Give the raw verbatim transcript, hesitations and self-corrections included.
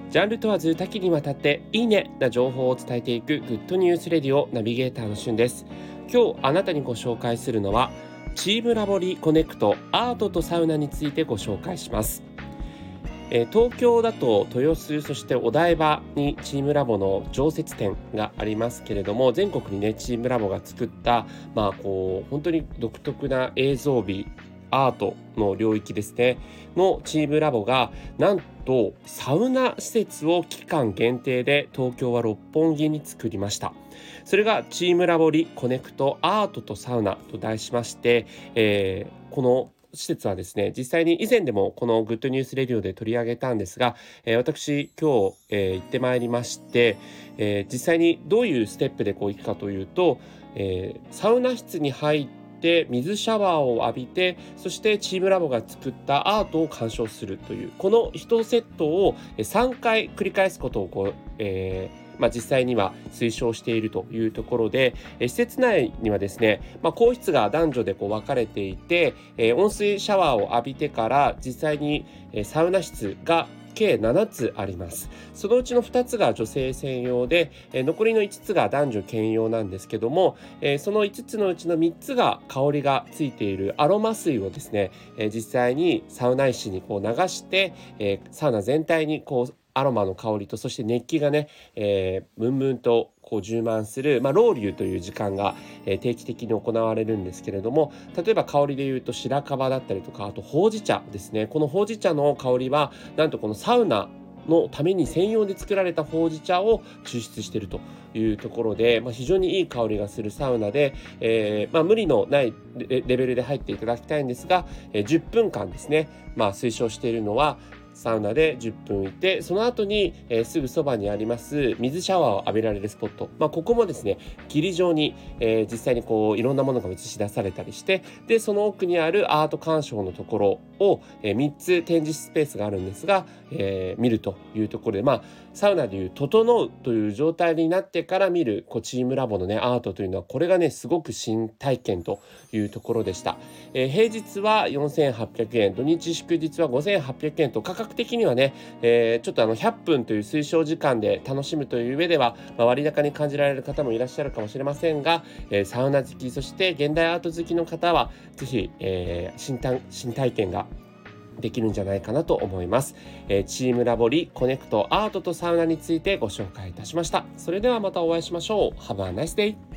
ジャンル問わず多岐にわたっていいねな情報を伝えていくグッドニュースレディオナビゲーターのしゅんです。今日あなたにご紹介するのはチームラボリコネクトアートとサウナについてご紹介します。えー、東京だと豊洲、そしてお台場にチームラボの常設展がありますけれども、全国にねチームラボが作ったまあこう本当に独特な映像美アートの領域ですねのチームラボがなんとサウナ施設を期間限定で東京は六本木に作りました。それがチームラボリコネクトアートとサウナと題しまして、えー、この施設はですね、実際に以前でもこのグッドニュースレディオで取り上げたんですが、えー、私今日、えー、行ってまいりまして、えー、実際にどういうステップでこう行くかというと、えー、サウナ室に入ってで水シャワーを浴びて、そしてチームラボが作ったアートを鑑賞するというこのいちセットをさんかい繰り返すことをこう、えーまあ、実際には推奨しているというところで、施設内にはですね、まあ、更衣室が男女でこう分かれていて、えー、温水シャワーを浴びてから実際にサウナ室が計ななつあります。そのうちのふたつが女性専用で、えー、残りのいつつが男女兼用なんですけども、えー、そのいつつのうちのみっつが香りがついているアロマ水をですね、えー、実際にサウナ石にこう流して、えー、サウナ全体にこうアロマの香りとそして熱気がね、えー、ムンムンとこう充満する、まあ、ロウリュという時間が、えー、定期的に行われるんですけれども、例えば香りでいうと白樺だったりとか、あとほうじ茶ですね。このほうじ茶の香りはなんとこのサウナのために専用で作られたほうじ茶を抽出しているというところで、まあ、非常にいい香りがするサウナで、えーまあ、無理のないレベルで入っていただきたいんですが、えー、じゅっぷんかんですね、まあ、推奨しているのはサウナでじゅっぷんいて、その後に、えー、すぐそばにあります水シャワーを浴びられるスポット、まあ、ここもですね霧状に、えー、実際にこういろんなものが映し出されたりして、でその奥にあるアート鑑賞のところを、えー、みっつ展示スペースがあるんですが、えー、見るというところで、まあサウナでいう整うという状態になってから見るこうチームラボのねアートというのは、これがねすごく新体験というところでした。えー、平日はよんせんはっぴゃくえん、土日祝日はごせんはっぴゃくえんと価格的にはね、えー、ちょっとあのひゃっぷんという推奨時間で楽しむという上では、まあ、割高に感じられる方もいらっしゃるかもしれませんが、えー、サウナ好き、そして現代アート好きの方はぜひ、えー、新体新体験ができるんじゃないかなと思います。えー、チームラボリコネクトアートとサウナについてご紹介いたしました。それではまたお会いしましょう。Have a nice day!